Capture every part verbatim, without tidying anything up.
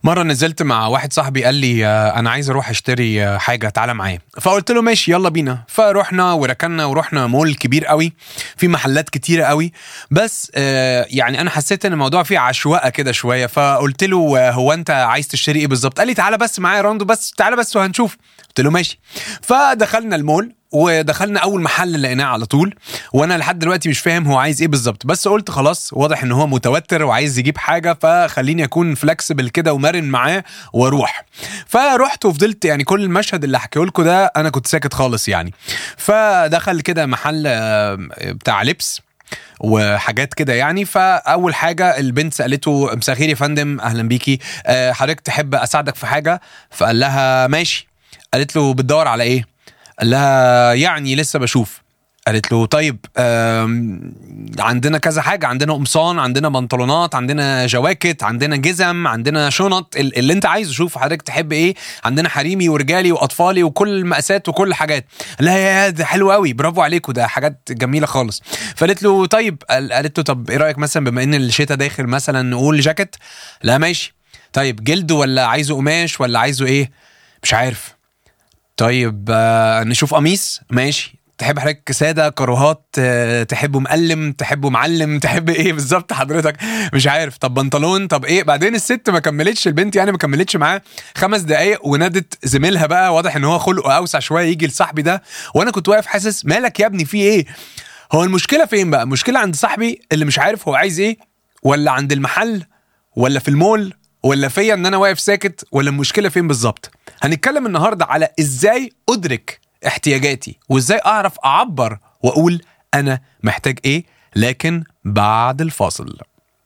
مرة نزلت مع واحد صاحبي قال لي آه، أنا عايز أروح أشتري آه، حاجة، تعالى معايا. فقلت له ماشي يلا بينا. فروحنا وركنا ورحنا مول كبير قوي في محلات كتيرة قوي، بس آه، يعني أنا حسيت إن الموضوع فيه عشوائية كده شوية. فقلت له آه، هو أنت عايز تشتري إيه بالظبط؟ قال لي تعالى بس معايا راندو، بس تعالى بس وهنشوف. قلت له ماشي. فدخلنا المول ودخلنا اول محل لقيناه على طول، وانا لحد دلوقتي مش فاهم هو عايز ايه بالظبط، بس قلت خلاص واضح ان هو متوتر وعايز يجيب حاجه، فخليني اكون فلكسبل كده ومرن معاه واروح. فرحت وفضلت يعني كل المشهد اللي هحكيه لكم ده انا كنت ساكت خالص يعني. فدخل كده محل آه، بتاع لبس وحاجات كده يعني. فاول حاجه البنت سالته مساء الخير يا فندم، اهلا بيكي، آه، حضرتك تحب اساعدك في حاجه؟ فقال لها ماشي. قالت له بتدور على ايه؟ قال لها يعني لسه بشوف. قالت له طيب آم، عندنا كذا حاجة، عندنا قمصان، عندنا بنطلونات، عندنا جواكت، عندنا جزم، عندنا شنط، ال- اللي انت عايزه شوف حضرتك تحب ايه. عندنا حريمي ورجالي واطفالي وكل المقاسات وكل حاجات. قال لها يا ده حلو قوي، برافو عليكم، ده حاجات جميلة خالص. فقالت له طيب، قال- قالت له طب ايه رأيك مثلا بما ان الشتاء داخل مثلا نقول جاكيت؟ لا ماشي. طيب جلد ولا عايزه قماش ولا عايزه ايه؟ مش عارف. طيب آه، نشوف قميص؟ ماشي. تحب حضرتك سادة كروهات، آه، تحبه مقلم، تحبه معلم، تحب ايه بالظبط حضرتك؟ مش عارف. طب بنطلون؟ طب ايه؟ بعدين الست ما كملتش، البنت يعني ما كملتش معاه خمس دقايق ونادت زميلها بقى، واضح ان هو خلقه اوسع شويه يجي لصاحبي ده. وانا كنت واقف حاسس مالك يا ابني في ايه؟ هو المشكله فين بقى؟ المشكله عند صاحبي اللي مش عارف هو عايز ايه، ولا عند المحل، ولا في المول، ولا فيا ان انا واقف ساكت، ولا المشكله فين بالظبط؟ هنتكلم النهارده على ازاي ادرك احتياجاتي وازاي اعرف اعبر واقول انا محتاج ايه، لكن بعد الفاصل.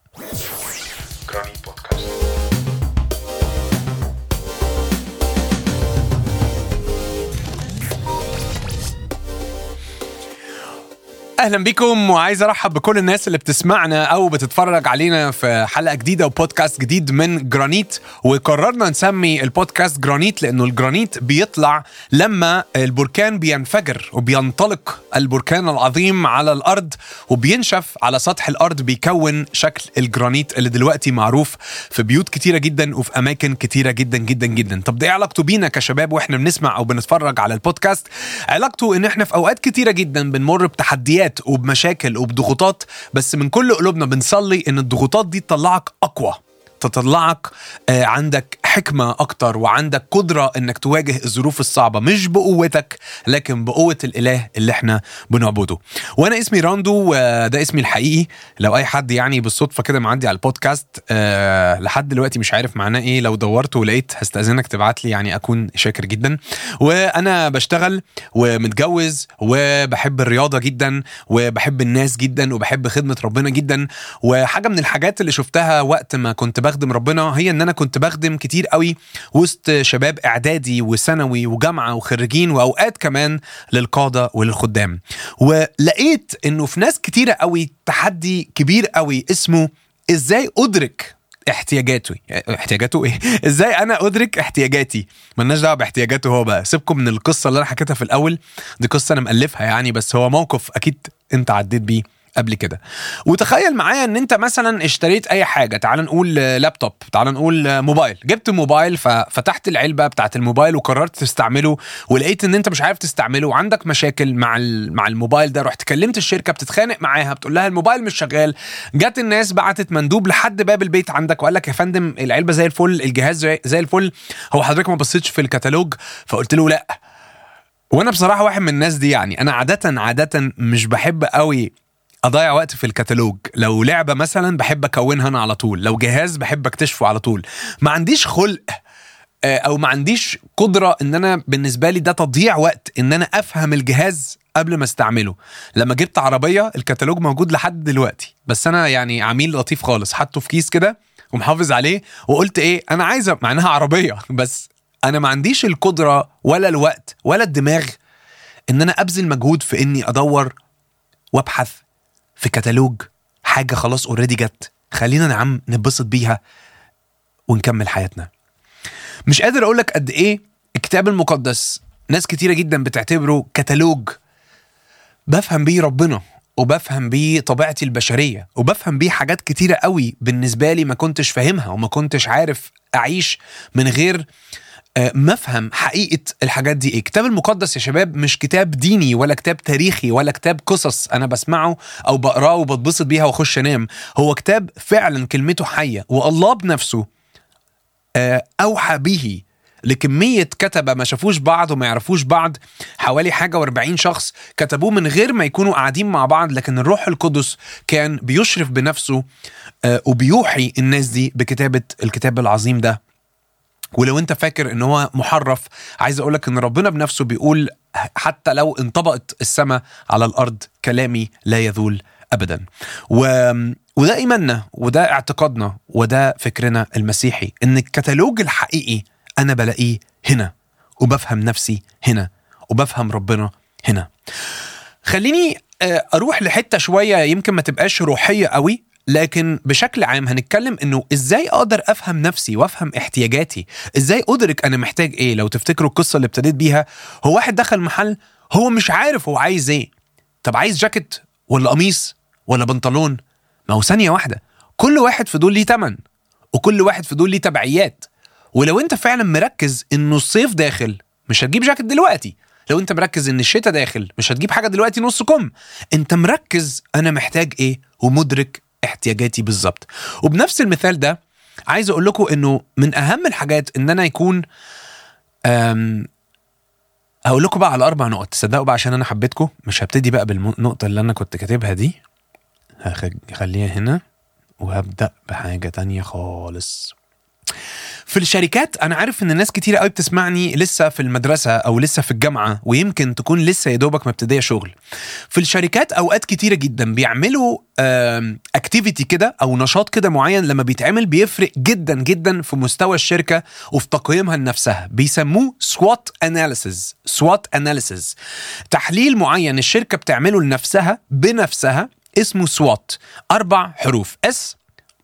اهلا بيكم، وعايز ارحب بكل الناس اللي بتسمعنا او بتتفرج علينا في حلقه جديده وبودكاست جديد من جرانيت. وقررنا نسمي البودكاست جرانيت لانه الجرانيت بيطلع لما البركان بينفجر وبينطلق البركان العظيم على الارض وبينشف على سطح الارض، بيكون شكل الجرانيت اللي دلوقتي معروف في بيوت كتيره جدا وفي اماكن كتيره جدا جدا جدا. طب ده ايه علاقته بينا كشباب واحنا بنسمع او بنتفرج على البودكاست؟ علاقته ان احنا في اوقات كتيره جدا بنمر بتحديات وبمشاكل وبضغوطات، بس من كل قلوبنا بنصلي ان الضغوطات دي تطلعك اقوى، تطلعك آه عندك حكمة أكتر وعندك قدرة إنك تواجه الظروف الصعبة، مش بقوتك لكن بقوة الإله اللي احنا بنعبده. وأنا اسمي راندو، آه ده اسمي الحقيقي. لو أي حد يعني بالصدفة كده معدي على البودكاست آه لحد دلوقتي مش عارف معناه إيه، لو دورت ولقيت هستأذنك تبعت لي، يعني أكون شاكر جدا. وأنا بشتغل ومتجوز وبحب الرياضة جدا وبحب الناس جدا وبحب خدمة ربنا جدا. وحاجة من الحاجات اللي شفتها وقت ما كنت بخدم ربنا هي ان انا كنت بخدم كتير قوي وسط شباب اعدادي وثانوي وجامعه وخريجين، واوقات كمان للقاده وللخدام. ولقيت انه في ناس كتيره قوي تحدي كبير قوي اسمه ازاي ادرك احتياجاته. احتياجاته ايه؟ ازاي انا ادرك احتياجاتي؟ مالناش دعوه باحتياجاته هو بقى، سيبكم من القصه اللي انا حكيتها في الاول، دي قصه انا مؤلفها يعني، بس هو موقف اكيد انت عديت بيه قبل كده. وتخيل معايا ان انت مثلا اشتريت اي حاجه، تعال نقول لابتوب، تعال نقول موبايل، جبت موبايل ففتحت العلبه بتاعت الموبايل وقررت تستعمله، ولقيت ان انت مش عارف تستعمله وعندك مشاكل مع مع الموبايل ده. رحت كلمت الشركه بتتخانق معاها، بتقول لها الموبايل مش شغال. جت الناس بعتت مندوب لحد باب البيت عندك وقال لك يا فندم العلبه زي الفل، الجهاز زي, زي الفل، هو حضرتك ما بصيتش في الكتالوج؟ فقلت له لا. وانا بصراحه واحد من الناس دي، يعني انا عاده عاده مش بحب قوي اضيع وقت في الكتالوج. لو لعبه مثلا بحب اكونها انا على طول، لو جهاز بحب اكتشفه على طول. ما عنديش خلق او ما عنديش قدره ان انا بالنسبه لي ده تضييع وقت ان انا افهم الجهاز قبل ما استعمله. لما جبت عربيه الكتالوج موجود لحد دلوقتي، بس انا يعني عميل لطيف خالص حطه في كيس كده ومحافظ عليه، وقلت ايه انا عايزه، مع انها عربيه، بس انا ما عنديش القدره ولا الوقت ولا الدماغ ان انا ابذل مجهود في اني ادور وابحث في كتالوج حاجة خلاص اوريدي جت، خلينا نعم نبسط بيها ونكمل حياتنا. مش قادر اقولك قد ايه الكتاب المقدس ناس كتيرة جدا بتعتبره كتالوج بفهم بيه ربنا وبفهم بيه طبيعتي البشرية، وبفهم بيه حاجات كتيرة قوي بالنسبة لي ما كنتش فاهمها وما كنتش عارف أعيش من غير مفهم حقيقة الحاجات دي. ايه الكتاب المقدس يا شباب؟ مش كتاب ديني ولا كتاب تاريخي ولا كتاب قصص انا بسمعه او بقراه وبتبسط بيها واخش انام. هو كتاب فعلا كلمته حية، والله بنفسه اوحى به لكمية كتبة ما شافوش بعض وما يعرفوش بعض، حوالي حاجة واربعين شخص كتبوه من غير ما يكونوا قاعدين مع بعض، لكن الروح القدس كان بيشرف بنفسه وبيوحي الناس دي بكتابة الكتاب العظيم ده. ولو انت فاكر ان هو محرف، عايز اقولك ان ربنا بنفسه بيقول حتى لو انطبقت السماء على الارض كلامي لا يذول ابدا. و... وده ايماننا وده اعتقادنا وده فكرنا المسيحي، ان الكتالوج الحقيقي انا بلاقيه هنا، وبفهم نفسي هنا، وبفهم ربنا هنا. خليني اروح لحتة شوية يمكن ما تبقاش روحية قوي، لكن بشكل عام هنتكلم انه ازاي اقدر افهم نفسي وافهم احتياجاتي، ازاي ادرك انا محتاج ايه. لو تفتكروا القصة اللي ابتديت بيها، هو واحد دخل محل هو مش عارف هو عايز ايه. طب عايز جاكيت ولا قميص ولا بنطلون؟ ما هو ثانية واحدة، كل واحد في دول ليه تمن، وكل واحد في دول ليه تبعيات. ولو انت فعلا مركز انه الصيف داخل مش هتجيب جاكيت دلوقتي، لو انت مركز ان الشتاء داخل مش هتجيب حاجة دلوقتي نص كم. انت مركز انا محتاج ايه ومدرك احتياجاتي بالظبط. وبنفس المثال ده عايز اقول لكم انه من اهم الحاجات ان انا يكون أم هقول لكم بقى على اربع نقط. تصدقوا بقى عشان انا حبيتكم مش هبتدي بقى بالنقطة اللي انا كنت كاتبها دي، هخليها هنا وهبدأ بحاجة تانية خالص. في الشركات انا عارف ان الناس كتير قوي بتسمعني لسه في المدرسة او لسه في الجامعة، ويمكن تكون لسه يدوبك مبتدية شغل. في الشركات اوقات كتيرة جدا بيعملوا اكتيفيتي كده او نشاط كده معين، لما بيتعمل بيفرق جدا جدا في مستوى الشركة وفي تقييمها لنفسها. بيسموه سوات اناليسز. سوات اناليسز تحليل معين الشركة بتعمله لنفسها بنفسها، اسمه سوات. اربع حروف: اس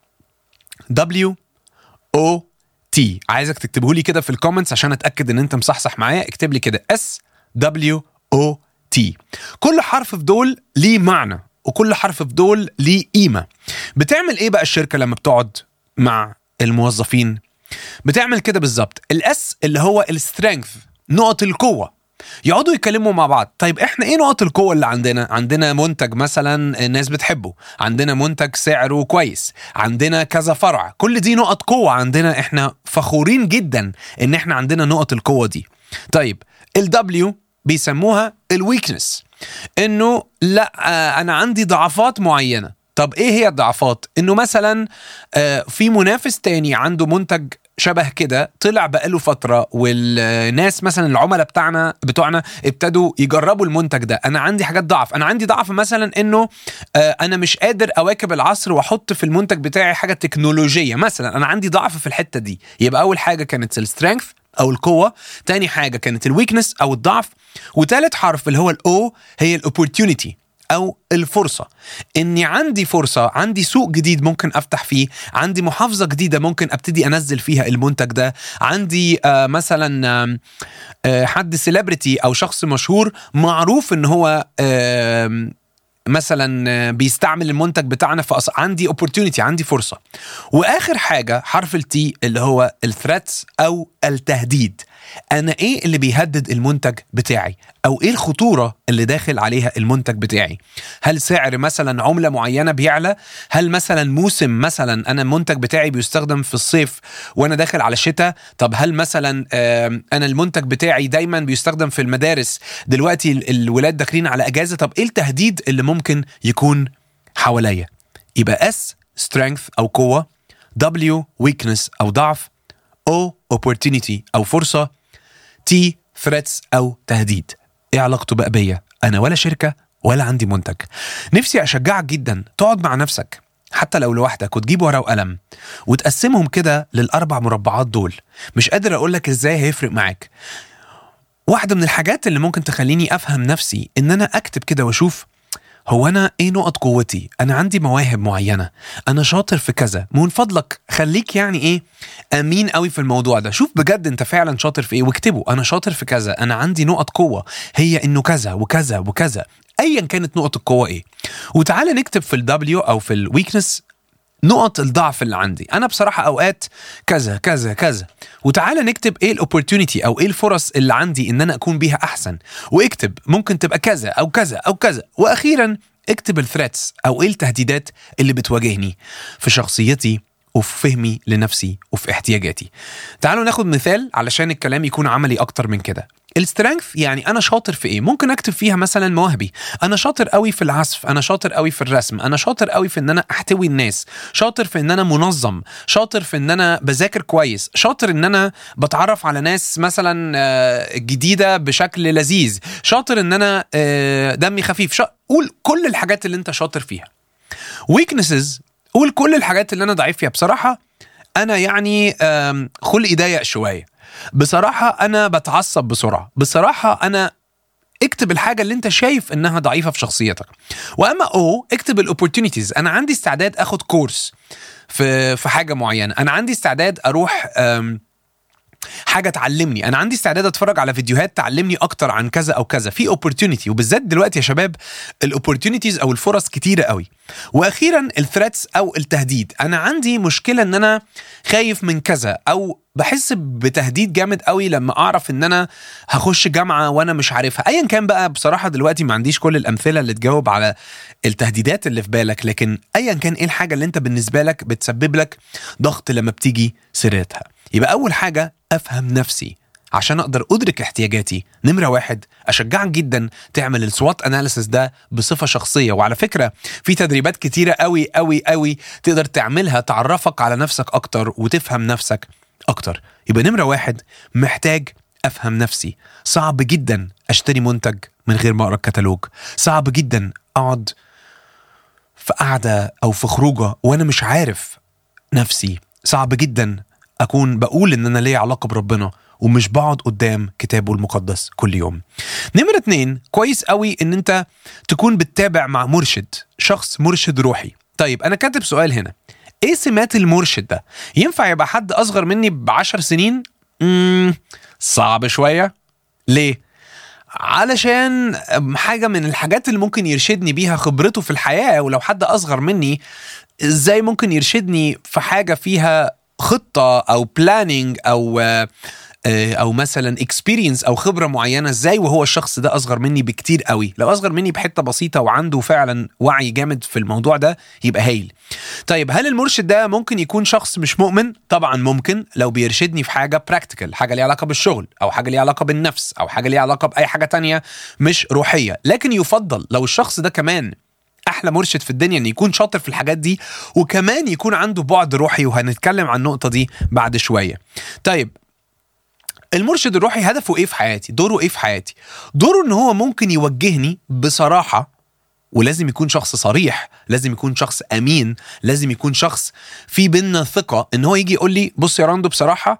دبليو او تي. عايزك تكتبه لي كده في الكومنتس عشان اتاكد ان انت مصحصح معايا. اكتب لي كده اس دبليو او تي. كل حرف في دول ليه معنى، وكل حرف في دول ليه قيمه. بتعمل ايه بقى الشركه لما بتقعد مع الموظفين؟ بتعمل كده بالظبط. الاس اللي هو السترينث، نقط القوه، يقعدوا يتكلموا مع بعض. طيب احنا ايه نقط القوة اللي عندنا؟ عندنا منتج مثلا الناس بتحبه، عندنا منتج سعره كويس، عندنا كذا فرع. كل دي نقط قوة عندنا، احنا فخورين جدا ان احنا عندنا نقط القوة دي. طيب الدبليو بيسموها الويكنس، انه لا انا عندي ضعفات معينة. طب ايه هي الضعفات؟ انه مثلا في منافس تاني عنده منتج شبه كده طلع بقاله فترة، والناس مثلا العملاء بتاعنا بتوعنا ابتدوا يجربوا المنتج ده. انا عندي حاجات ضعف، انا عندي ضعف مثلا انه انا مش قادر اواكب العصر واحط في المنتج بتاعي حاجة تكنولوجية مثلا. انا عندي ضعف في الحتة دي. يبقى اول حاجة كانت السترينث او القوة، تاني حاجة كانت الويكنس او الضعف، وتالت حرف اللي هو الاو هي الاوبورتيونيتي أو الفرصة. إني عندي فرصة، عندي سوق جديد ممكن أفتح فيه، عندي محافظة جديدة ممكن أبتدي أنزل فيها المنتج ده، عندي آه مثلا آه حد سيلبرتي أو شخص مشهور معروف إن هو آه مثلا بيستعمل المنتج بتاعنا، فأص... عندي opportunity، عندي فرصة. وآخر حاجة حرف التي اللي هو الثريتس أو التهديد. أنا إيه اللي بيهدد المنتج بتاعي؟ أو إيه الخطورة اللي داخل عليها المنتج بتاعي؟ هل سعر مثلا عملة معينة بيعلى؟ هل مثلا موسم، مثلا أنا المنتج بتاعي بيستخدم في الصيف وأنا داخل على الشتاء؟ طب هل مثلا أنا المنتج بتاعي دايما بيستخدم في المدارس، دلوقتي الولاد داخلين على أجازة؟ طب إيه التهديد اللي ممكن يكون حواليا؟ يبقى S strength أو قوة، W weakness أو ضعف، O opportunity أو فرصة، T threats أو تهديد. إيه علاقته بقى بيا؟ أنا ولا شركة ولا عندي منتج. نفسي أشجعك جدا تقعد مع نفسك حتى لو لوحدك وتجيب ورقة وقلم وتقسمهم كده للأربع مربعات دول. مش قادر أقولك إزاي هيفرق معاك. واحدة من الحاجات اللي ممكن تخليني أفهم نفسي إن أنا أكتب كده وأشوف هو أنا إيه نقط قوتي؟ أنا عندي مواهب معينة، أنا شاطر في كذا. من فضلك خليك يعني إيه أمين قوي في الموضوع ده. شوف بجد أنت فعلا شاطر في إيه واكتبه. أنا شاطر في كذا، أنا عندي نقط قوة هي إنه كذا وكذا وكذا. ايا كانت نقط القوه ايه. وتعالى نكتب في الدبليو او في الويكنس نقط الضعف اللي عندي. انا بصراحه اوقات كذا كذا كذا، وتعالى نكتب ايه الاوبورتونيتي او ايه الفرص اللي عندي ان انا اكون بيها احسن، واكتب ممكن تبقى كذا او كذا او كذا، واخيرا اكتب الثريتس او ايه التهديدات اللي بتواجهني في شخصيتي وفي فهمي لنفسي وفي احتياجاتي. تعالوا ناخد مثال علشان الكلام يكون عملي اكتر من كده. السترينث يعني انا شاطر في ايه، ممكن اكتب فيها مثلا مواهبي. انا شاطر قوي في العزف، انا شاطر قوي في الرسم، انا شاطر قوي في ان انا احتوي الناس، شاطر في ان انا منظم، شاطر في ان انا بذاكر كويس، شاطر ان انا بتعرف على ناس مثلا جديدة بشكل لذيذ، شاطر ان انا دمي خفيف. شا... قول كل الحاجات اللي انت شاطر فيها. weaknesses قول كل الحاجات اللي انا ضعيف فيها. بصراحة انا يعني خلقي ضيق شوية، بصراحة أنا بتعصب بسرعة، بصراحة أنا اكتب الحاجة اللي انت شايف انها ضعيفة في شخصيتك. واما او اكتب الاوبورتونيتيز. انا عندي استعداد اخد كورس في في حاجة معينة، انا عندي استعداد اروح حاجة تعلمني، انا عندي استعداد اتفرج على فيديوهات تعلمني اكتر عن كذا او كذا. في اوبورتونيتي، وبالذات دلوقتي يا شباب الاوبورتونيتيز او الفرص كتيرة قوي. واخيرا الثريتس او التهديد. انا عندي مشكلة ان انا خايف من كذا، او بحس بتهديد جامد قوي لما اعرف ان انا هخش جامعة وانا مش عارفها. ايا كان بقى، بصراحة دلوقتي ما عنديش كل الامثلة اللي تجاوب على التهديدات اللي في بالك، لكن ايا كان ايه الحاجة اللي انت بالنسبة لك بتسبب لك ضغط لما بتيجي سيرتها. يبقى اول حاجة افهم نفسي عشان اقدر ادرك احتياجاتي. نمرة واحد، اشجعك جدا تعمل السوات اناليسيس ده بصفة شخصية. وعلى فكرة في تدريبات كتيرة قوي قوي قوي تقدر تعملها تعرفك على نفسك اكتر وتفهم نفسك اكتر. يبقى نمرة واحد، محتاج افهم نفسي. صعب جدا اشتري منتج من غير ما اقرا الكتالوج، صعب جدا اقعد في قعدة او في خروجة وانا مش عارف نفسي، صعب جدا اكون بقول ان انا ليا علاقة بربنا ومش بقعد قدام كتابه المقدس كل يوم. نمرة اتنين، كويس قوي ان انت تكون بتتابع مع مرشد، شخص مرشد روحي. طيب انا كاتب سؤال هنا، ايه سمات المرشد ده؟ ينفع يبقى حد اصغر مني بعشر سنين؟ مم صعب شوية. ليه؟ علشان حاجة من الحاجات اللي ممكن يرشدني بيها خبرته في الحياة. ولو حد اصغر مني ازاي ممكن يرشدني في حاجة فيها خطة او بلانينج او او مثلا اكسبيرينس او خبره معينه ازاي وهو الشخص ده اصغر مني بكتير قوي؟ لو اصغر مني بحته بسيطه وعنده فعلا وعي جامد في الموضوع ده يبقى هايل. طيب هل المرشد ده ممكن يكون شخص مش مؤمن؟ طبعا ممكن، لو بيرشدني في حاجه براكتيكال، حاجه ليها علاقه بالشغل او حاجه ليها علاقه بالنفس او حاجه ليها علاقه باي حاجه تانية مش روحيه. لكن يفضل لو الشخص ده كمان احلى مرشد في الدنيا ان يكون شاطر في الحاجات دي وكمان يكون عنده بعد روحي، وهنتكلم عن النقطه دي بعد شويه. طيب المرشد الروحي هدفه ايه في حياتي؟ دوره ايه في حياتي؟ دوره ان هو ممكن يوجهني بصراحة، ولازم يكون شخص صريح، لازم يكون شخص امين، لازم يكون شخص في بيننا ثقة، ان هو يجي يقول لي بص يا راندو بصراحة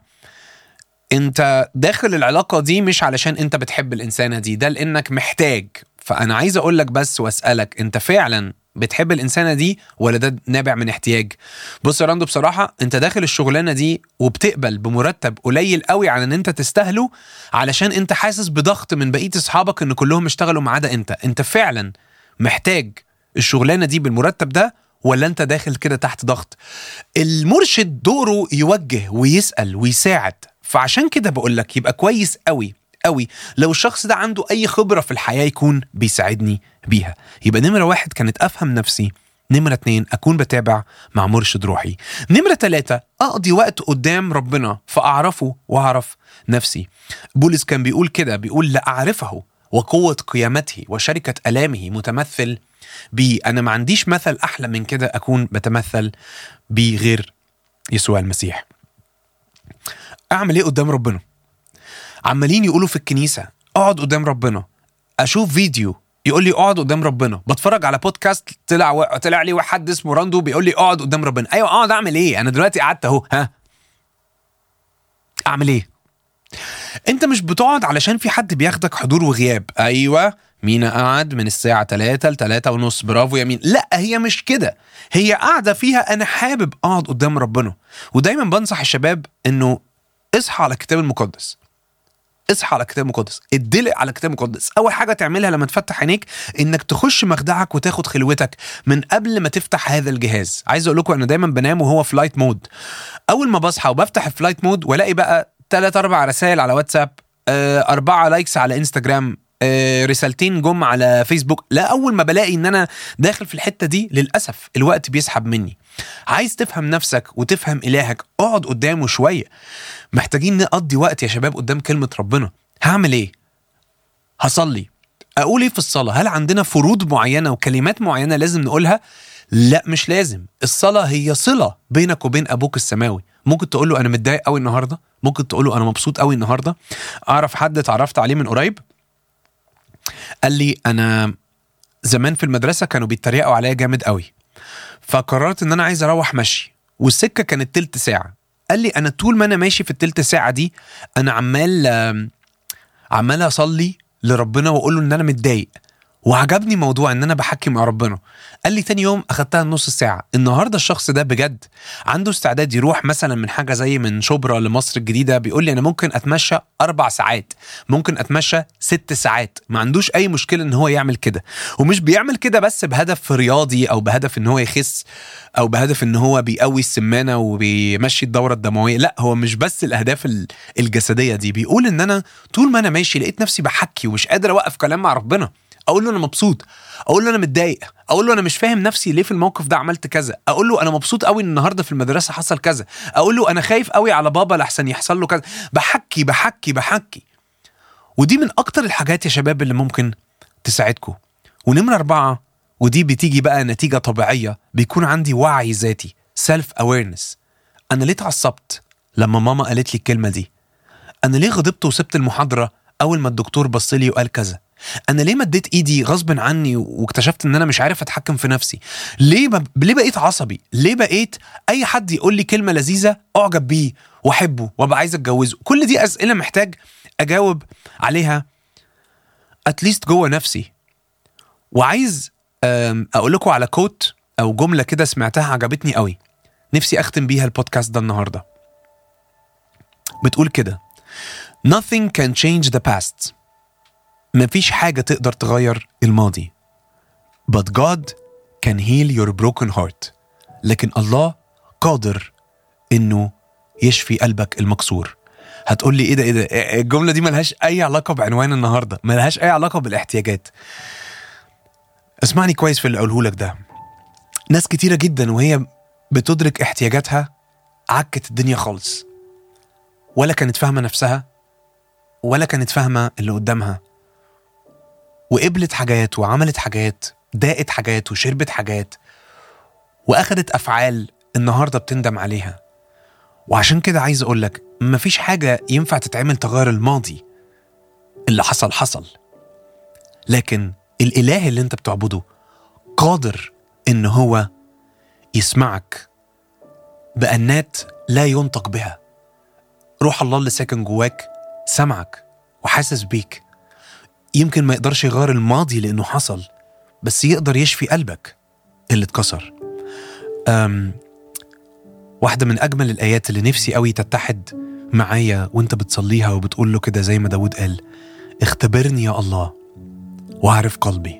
انت داخل العلاقة دي مش علشان انت بتحب الانسانة دي، ده لانك محتاج. فانا عايز اقول لك بس واسألك، انت فعلا بتحب الإنسانة دي ولا ده نابع من احتياج؟ بص يا راندو بصراحة انت داخل الشغلانة دي وبتقبل بمرتب قليل قوي عن ان انت تستاهله علشان انت حاسس بضغط من بقية اصحابك ان كلهم اشتغلوا ما عدا انت. انت فعلا محتاج الشغلانة دي بالمرتب ده ولا انت داخل كده تحت ضغط؟ المرشد دوره يوجه ويسأل ويساعد. فعشان كده بقول لك يبقى كويس قوي قوي لو الشخص ده عنده اي خبرة في الحياة يكون بيساعدني بيها. يبقى نمرة واحد كانت افهم نفسي، نمرة اتنين اكون بتابع مع مرشد روحي، نمرة تلاتة اقضي وقت قدام ربنا فاعرفه واعرف نفسي. بولس كان بيقول كده، بيقول لأعرفه وقوة قيامته وشركة ألامه متمثل بي. انا ما عنديش مثل احلى من كده اكون بتمثل بي غير يسوع المسيح. اعمل ايه قدام ربنا؟ عمالين يقولوا في الكنيسة اقعد قدام ربنا، اشوف فيديو يقول لي اقعد قدام ربنا، بتفرج على بودكاست طلع و... طلع لي واحد اسمه راندو بيقول لي اقعد قدام ربنا. ايوه اقعد اعمل ايه؟ انا دلوقتي قعدت اهو، ها اعمل ايه؟ انت مش بتقعد علشان في حد بياخدك حضور وغياب. ايوه مينا قعد من الساعة تلاتة لتلاتة ونص، برافو يا مين. لا هي مش كده، هي قاعدة فيها انا حابب اقعد قدام ربنا. ودايما بنصح الشباب انه اصحى على الكتاب المقدس، اصحى على كتاب مقدس، اتدلق على كتاب مقدس. اول حاجه تعملها لما تفتح عينيك انك تخش مخدعك وتاخد خلوتك من قبل ما تفتح هذا الجهاز. عايز اقول لكم انا دايما بنام وهو فلايت مود. اول ما بصحى وبفتح الفلايت مود والاقي بقى ثلاث اربع رسائل على واتساب، اربعه لايكس على انستجرام، رسالتين جم على فيسبوك، لا اول ما بلاقي ان انا داخل في الحته دي للاسف الوقت بيسحب مني. عايز تفهم نفسك وتفهم الهك، اقعد قدامه شويه. محتاجين نقضي وقت يا شباب قدام كلمه ربنا. هعمل ايه؟ هصلي. اقول ايه في الصلاه؟ هل عندنا فروض معينه وكلمات معينه لازم نقولها؟ لا مش لازم. الصلاه هي صله بينك وبين ابوك السماوي. ممكن تقول له انا متضايق قوي النهارده، ممكن تقول له انا مبسوط قوي النهارده. اعرف حد اتعرفت عليه من قريب قال لي انا زمان في المدرسه كانوا بيتريقوا عليا جامد قوي، فقررت ان انا عايز اروح مشي والسكه كانت تلت ساعه. قال لي انا طول ما انا ماشي في التلت ساعه دي انا عمال عمال اصلي لربنا واقول له ان انا متضايق، وعجبني موضوع ان انا بحكي مع ربنا. قال لي تاني يوم اخدتها نص ساعه. النهارده الشخص ده بجد عنده استعداد يروح مثلا من حاجه زي من شبرا لمصر الجديده، بيقول لي انا ممكن اتمشى اربع ساعات، ممكن اتمشى ست ساعات، ما عندوش اي مشكله ان هو يعمل كده. ومش بيعمل كده بس بهدف رياضي او بهدف ان هو يخس او بهدف ان هو بيقوي السمانه وبيمشي الدوره الدمويه، لا هو مش بس الاهداف الجسديه دي. بيقول ان انا طول ما انا ماشي لقيت نفسي بحكي ومش قادر اوقف كلام مع ربنا. اقول له انا مبسوط، اقول له انا متضايق، اقول له انا مش فاهم نفسي ليه في الموقف ده عملت كذا، اقول له انا مبسوط قوي ان النهارده في المدرسه حصل كذا، اقول له انا خايف قوي على بابا لحسن يحصل له كذا. بحكي بحكي بحكي. ودي من اكتر الحاجات يا شباب اللي ممكن تساعدكم. ونمرة أربعة، ودي بتيجي بقى نتيجة طبيعية، بيكون عندي وعي ذاتي، self awareness. انا ليه اتعصبت لما ماما قالت لي الكلمه دي؟ انا ليه غضبت وسبت المحاضره اول ما الدكتور بص لي وقال كذا؟ انا ليه مديت ايدي غصب عني واكتشفت ان انا مش عارف اتحكم في نفسي؟ ليه ب... ليه بقيت عصبي؟ ليه بقيت اي حد يقول لي كلمه لذيذه اعجب بيه واحبه وابقى عايز اتجوزه؟ كل دي اسئله محتاج اجاوب عليها اتليست جوه نفسي. وعايز اقول لكم على كوت او جمله كده سمعتها عجبتني قوي، نفسي اختم بيها البودكاست ده النهارده. بتقول كده: Nothing can change the past. مفيش حاجة تقدر تغير الماضي. But God can heal your broken heart. لكن الله قادر إنه يشفي قلبك المكسور. هتقول لي إيه ده إيه ده؟ الجملة دي ملهاش أي علاقة بعنوان النهاردة، ملهاش أي علاقة بالاحتياجات. اسمعني كويس في اللي أقوله لك ده. ناس كتيرة جدا وهي بتدرك احتياجاتها عكت الدنيا خالص، ولا كانت فاهمة نفسها ولا كانت فاهمة اللي قدامها، وقبلت حاجات وعملت حاجات، داقت حاجات وشربت حاجات، وأخدت أفعال النهاردة بتندم عليها. وعشان كده عايز أقولك مفيش حاجة ينفع تتعمل تغير الماضي. اللي حصل حصل، لكن الإله اللي انت بتعبده قادر إن هو يسمعك بأنات لا ينطق بها. روح الله اللي ساكن جواك سمعك وحاسس بيك. يمكن ما يقدرش يغير الماضي لأنه حصل، بس يقدر يشفي قلبك اللي اتكسر. أم واحدة من أجمل الآيات اللي نفسي قوي تتحد معايا وانت بتصليها وبتقول له كده زي ما داود قال: اختبرني يا الله واعرف قلبي،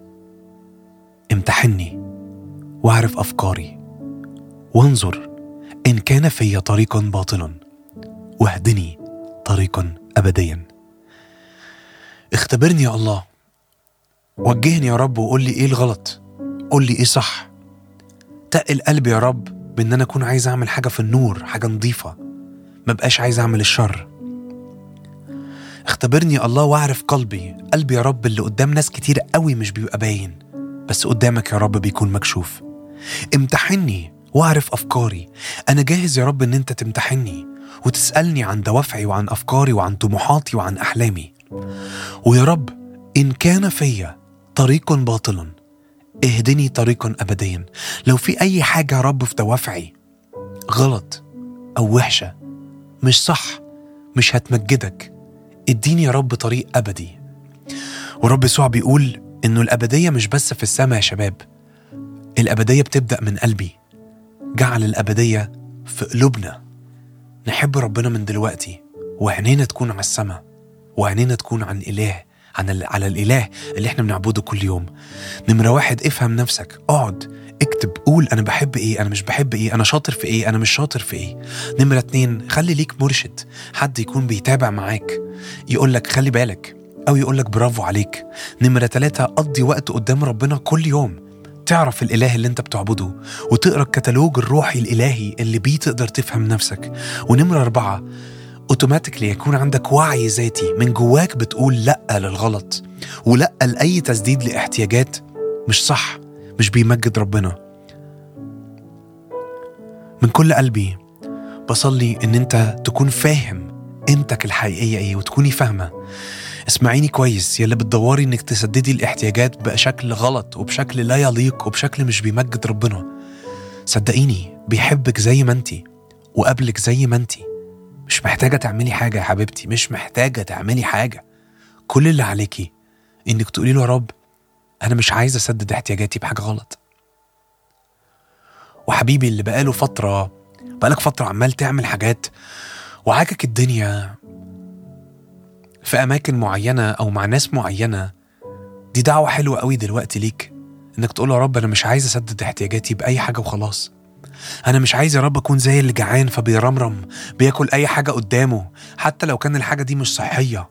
امتحني واعرف أفكاري، وانظر إن كان في طريقا باطلا واهدني طريقا أبديا. اختبرني يا الله، وجهني يا رب وقول لي ايه الغلط، قول لي ايه صح. تقل قلبي يا رب بان انا اكون عايز اعمل حاجة في النور، حاجة نظيفة، ما بقاش عايز اعمل الشر. اختبرني يا الله واعرف قلبي، قلبي يا رب اللي قدام ناس كتير قوي مش بيبقى باين، بس قدامك يا رب بيكون مكشوف. امتحني واعرف افكاري، انا جاهز يا رب ان انت تمتحني وتسألني عن دوافعي وعن افكاري وعن طموحاتي وعن احلامي. ويا رب إن كان فيا طريق باطل اهدني طريقا أبديا. لو في أي حاجة يا رب في دوافعي غلط أو وحشة مش صح مش هتمجدك، اديني يا رب طريق أبدي. ورب يسوع بيقول إنه الأبدية مش بس في السماء يا شباب، الأبدية بتبدأ من قلبي. جعل الأبدية في قلوبنا، نحب ربنا من دلوقتي وعينينا تكون على السماء وعينينا تكون عن إله عن ال... على الإله اللي احنا بنعبده كل يوم. نمرة واحد، افهم نفسك، اقعد اكتب، قول أنا بحب إيه، أنا مش بحب إيه، أنا شاطر في إيه، أنا مش شاطر في إيه. نمرة اتنين، خلي ليك مرشد، حد يكون بيتابع معاك يقولك خلي بالك أو يقولك برافو عليك. نمرة تلاتة، قضي وقت قدام ربنا كل يوم، تعرف الإله اللي انت بتعبده وتقرأ الكتالوج الروحي الإلهي اللي بيه تقدر تفهم نفسك. ونمرة أربعة، اوتوماتيكلي يكون عندك وعي ذاتي من جواك بتقول لأ للغلط ولأ لأي تسديد لاحتياجات مش صح، مش بيمجد ربنا. من كل قلبي بصلي ان انت تكون فاهم قيمتك الحقيقية ايه وتكوني فاهمة. اسمعيني كويس، يلي بتدوري انك تسددي الاحتياجات بشكل غلط وبشكل لا يليق وبشكل مش بيمجد ربنا، صدقيني بيحبك زي ما انتي وقبلك زي ما انتي. مش محتاجة تعملي حاجة يا حبيبتي، مش محتاجة تعملي حاجة. كل اللي عليكي انك تقولي له يا رب انا مش عايزة اسدد احتياجاتي بحاجة غلط. وحبيبي اللي بقاله فترة بقالك فترة عمال تعمل حاجات وعاجك الدنيا في أماكن معينة أو مع ناس معينة، دي دعوة حلوة قوي دلوقتي ليك إنك تقول يا رب أنا مش عايز أسدد احتياجاتي بأي حاجة وخلاص. أنا مش عايز يا رب أكون زي اللي جعان فبيرمرم بياكل أي حاجة قدامه حتى لو كان الحاجة دي مش صحية.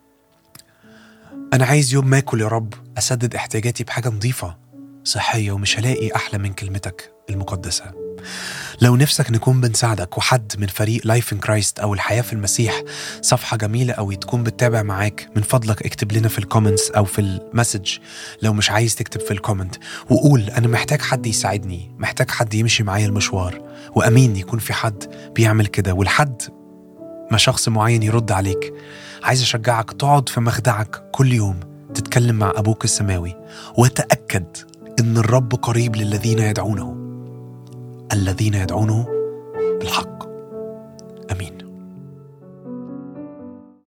أنا عايز يوم ما أكل يا رب أسدد احتياجاتي بحاجة نظيفة صحية، ومش هلاقي أحلى من كلمتك المقدسة. لو نفسك نكون بنساعدك وحد من فريق لايف إن كرايست أو الحياة في المسيح صفحة جميلة أو تكون بتتابع معاك، من فضلك اكتب لنا في الكومنتس أو في المسج لو مش عايز تكتب في الكومنت، وقول أنا محتاج حد يساعدني، محتاج حد يمشي معايا المشوار. وأمين يكون في حد بيعمل كده، والحد ما شخص معين يرد عليك. عايز أشجعك تقعد في مخدعك كل يوم تتكلم مع أبوك السماوي، وتأكد إن الرب قريب للذين يدعونه، الذين يدعونه بالحق.